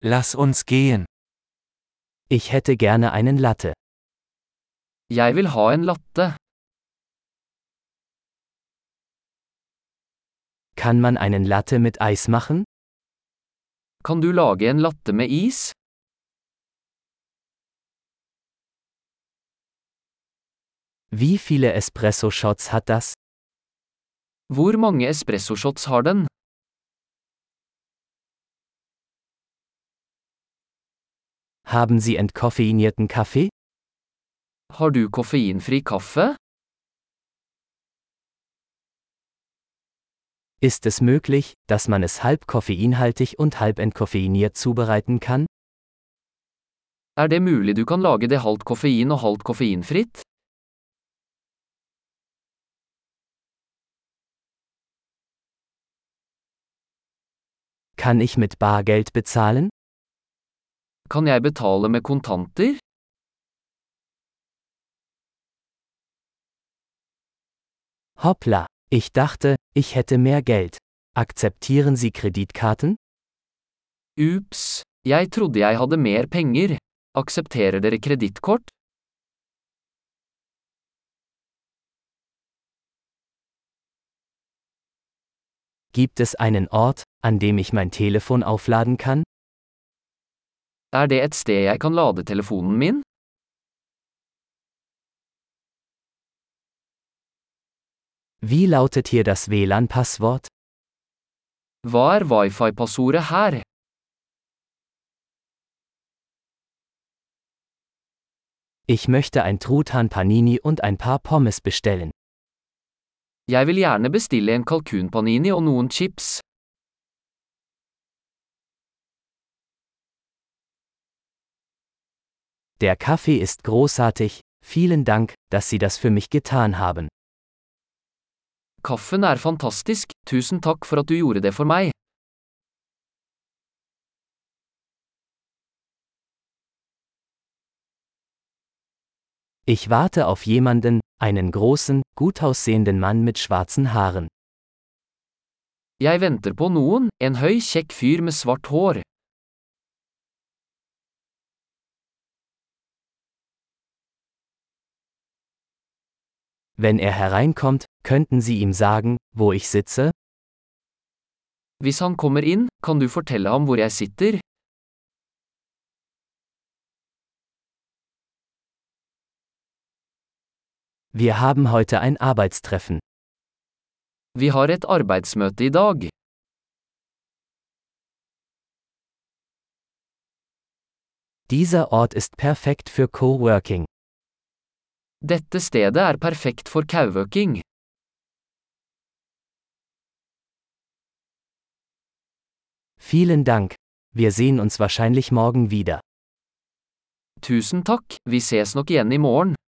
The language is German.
Lass uns gehen. Ich hätte gerne einen Latte. Jeg vil ha en latte. Kann man einen Latte mit Eis machen? Kan du lage en latte med is? Wie viele Espresso-Shots hat das? Hvor mange espressoshots har den? Haben Sie entkoffeinierten Kaffee? Har du koffeinfri kaffe? Ist es möglich, dass man es halb koffeinhaltig und halb entkoffeiniert zubereiten kann? Det mulig du kan lage det halvt koffein og halvt koffeinfritt? Kann ich mit Bargeld bezahlen? Kan jeg betale med kontanter? Hoppla, ich dachte, ich hätte mehr Geld. Akzeptieren Sie Kreditkarten? Ups, jeg trodde jeg hadde mer penger. Aksepterer dere kredittkort? Gibt es einen Ort, an dem ich mein Telefon aufladen kann? Det et sted jeg kan lade telefonen min? Wie lautet hier das WLAN-Passwort? Hva wifi-passordet her? Ich möchte ein Truthahn Panini und ein paar Pommes bestellen. Jeg vil gjerne bestille en kalkunpanini og noen chips. Der Kaffee ist großartig, vielen Dank, dass Sie das für mich getan haben. Kaffen fantastisk, tusen takk for at du gjorde det for meg. Ich warte auf jemanden, einen großen, gut aussehenden Mann mit schwarzen Haaren. Jeg venter på noen, en høy, kjekk fyr med svart hår. Wenn er hereinkommt, könnten Sie ihm sagen, wo ich sitze? Hvis han kommer inn, kan du fortelle ham hvor jeg sitter? Wir haben heute ein Arbeitstreffen. Vi har et arbeidsmøte i dag. Dieser Ort ist perfekt für Coworking. Dette stedet perfekt for coworking. Vielen Dank. Wir sehen uns wahrscheinlich morgen wieder. Tusen takk, vi ses nok igjen i morgen.